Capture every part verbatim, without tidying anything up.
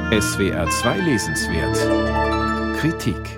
S W R zwei Lesenswert Kritik.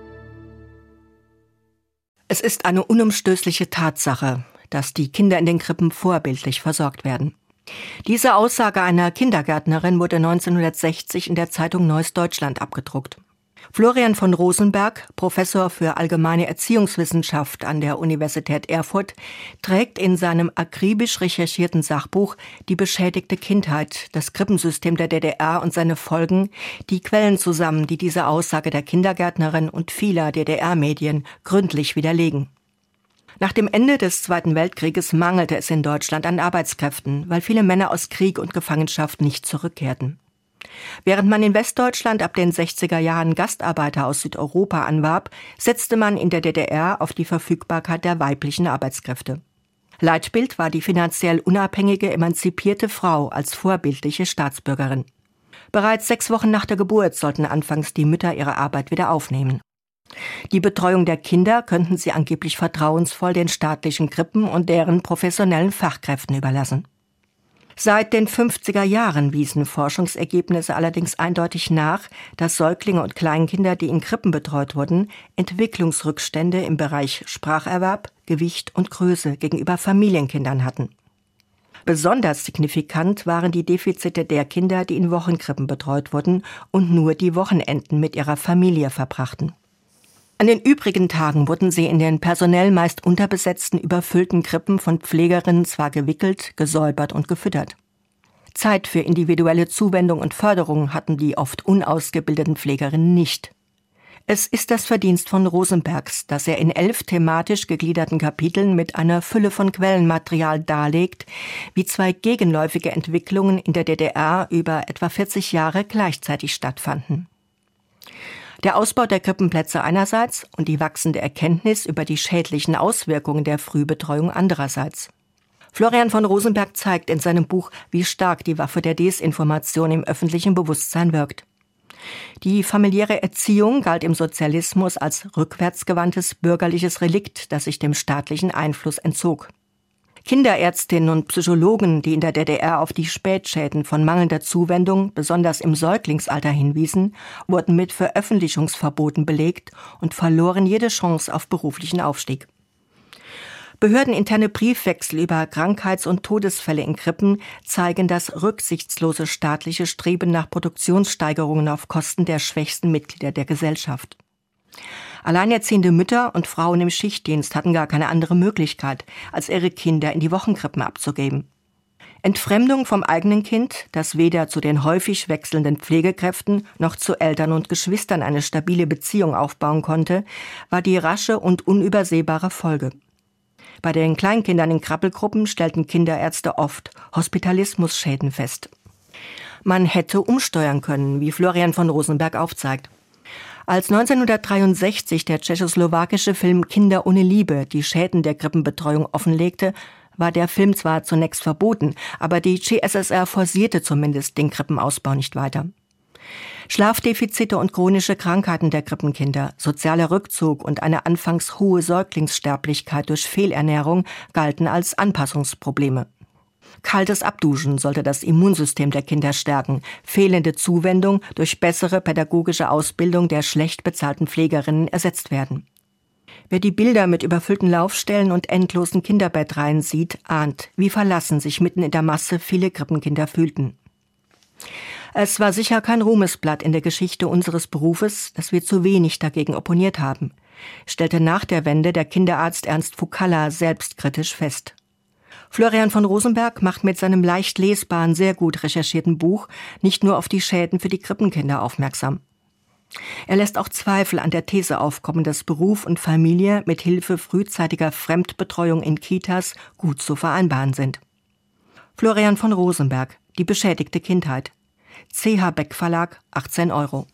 Es ist eine unumstößliche Tatsache, dass die Kinder in den Krippen vorbildlich versorgt werden. Diese Aussage einer Kindergärtnerin wurde neunzehnhundertsechzig in der Zeitung Neues Deutschland abgedruckt. Florian von Rosenberg, Professor für Allgemeine Erziehungswissenschaft an der Universität Erfurt, trägt in seinem akribisch recherchierten Sachbuch Die beschädigte Kindheit, das Krippensystem der D D R und seine Folgen, die Quellen zusammen, die diese Aussage der Kindergärtnerin und vieler D D R-Medien gründlich widerlegen. Nach dem Ende des Zweiten Weltkrieges mangelte es in Deutschland an Arbeitskräften, weil viele Männer aus Krieg und Gefangenschaft nicht zurückkehrten. Während man in Westdeutschland ab den sechziger Jahren Gastarbeiter aus Südeuropa anwarb, setzte man in der D D R auf die Verfügbarkeit der weiblichen Arbeitskräfte. Leitbild war die finanziell unabhängige, emanzipierte Frau als vorbildliche Staatsbürgerin. Bereits sechs Wochen nach der Geburt sollten anfangs die Mütter ihre Arbeit wieder aufnehmen. Die Betreuung der Kinder könnten sie angeblich vertrauensvoll den staatlichen Krippen und deren professionellen Fachkräften überlassen. Seit den fünfziger Jahren wiesen Forschungsergebnisse allerdings eindeutig nach, dass Säuglinge und Kleinkinder, die in Krippen betreut wurden, Entwicklungsrückstände im Bereich Spracherwerb, Gewicht und Größe gegenüber Familienkindern hatten. Besonders signifikant waren die Defizite der Kinder, die in Wochenkrippen betreut wurden und nur die Wochenenden mit ihrer Familie verbrachten. An den übrigen Tagen wurden sie in den personell meist unterbesetzten, überfüllten Krippen von Pflegerinnen zwar gewickelt, gesäubert und gefüttert. Zeit für individuelle Zuwendung und Förderung hatten die oft unausgebildeten Pflegerinnen nicht. Es ist das Verdienst von Rosenbergs, dass er in elf thematisch gegliederten Kapiteln mit einer Fülle von Quellenmaterial darlegt, wie zwei gegenläufige Entwicklungen in der D D R über etwa vierzig Jahre gleichzeitig stattfanden. Der Ausbau der Krippenplätze einerseits und die wachsende Erkenntnis über die schädlichen Auswirkungen der Frühbetreuung andererseits. Florian von Rosenberg zeigt in seinem Buch, wie stark die Waffe der Desinformation im öffentlichen Bewusstsein wirkt. Die familiäre Erziehung galt im Sozialismus als rückwärtsgewandtes bürgerliches Relikt, das sich dem staatlichen Einfluss entzog. Kinderärztinnen und Psychologen, die in der D D R auf die Spätschäden von mangelnder Zuwendung, besonders im Säuglingsalter hinwiesen, wurden mit Veröffentlichungsverboten belegt und verloren jede Chance auf beruflichen Aufstieg. Behördeninterne Briefwechsel über Krankheits- und Todesfälle in Krippen zeigen das rücksichtslose staatliche Streben nach Produktionssteigerungen auf Kosten der schwächsten Mitglieder der Gesellschaft. Alleinerziehende Mütter und Frauen im Schichtdienst hatten gar keine andere Möglichkeit, als ihre Kinder in die Wochenkrippen abzugeben. Entfremdung vom eigenen Kind, das weder zu den häufig wechselnden Pflegekräften noch zu Eltern und Geschwistern eine stabile Beziehung aufbauen konnte, war die rasche und unübersehbare Folge. Bei den Kleinkindern in Krabbelgruppen stellten Kinderärzte oft Hospitalismusschäden fest. Man hätte umsteuern können, wie Florian von Rosenberg aufzeigt. Als neunzehnhundertdreiundsechzig der tschechoslowakische Film Kinder ohne Liebe die Schäden der Krippenbetreuung offenlegte, war der Film zwar zunächst verboten, aber die C S S R forcierte zumindest den Krippenausbau nicht weiter. Schlafdefizite und chronische Krankheiten der Krippenkinder, sozialer Rückzug und eine anfangs hohe Säuglingssterblichkeit durch Fehlernährung galten als Anpassungsprobleme. Kaltes Abduschen sollte das Immunsystem der Kinder stärken, fehlende Zuwendung durch bessere pädagogische Ausbildung der schlecht bezahlten Pflegerinnen ersetzt werden. Wer die Bilder mit überfüllten Laufstellen und endlosen Kinderbettreihen sieht, ahnt, wie verlassen sich mitten in der Masse viele Krippenkinder fühlten. Es war sicher kein Ruhmesblatt in der Geschichte unseres Berufes, dass wir zu wenig dagegen opponiert haben, stellte nach der Wende der Kinderarzt Ernst Fukalla selbstkritisch fest. Florian von Rosenberg macht mit seinem leicht lesbaren, sehr gut recherchierten Buch nicht nur auf die Schäden für die Krippenkinder aufmerksam. Er lässt auch Zweifel an der These aufkommen, dass Beruf und Familie mit Hilfe frühzeitiger Fremdbetreuung in Kitas gut zu vereinbaren sind. Florian von Rosenberg, Die beschädigte Kindheit. C H Beck Verlag, achtzehn Euro.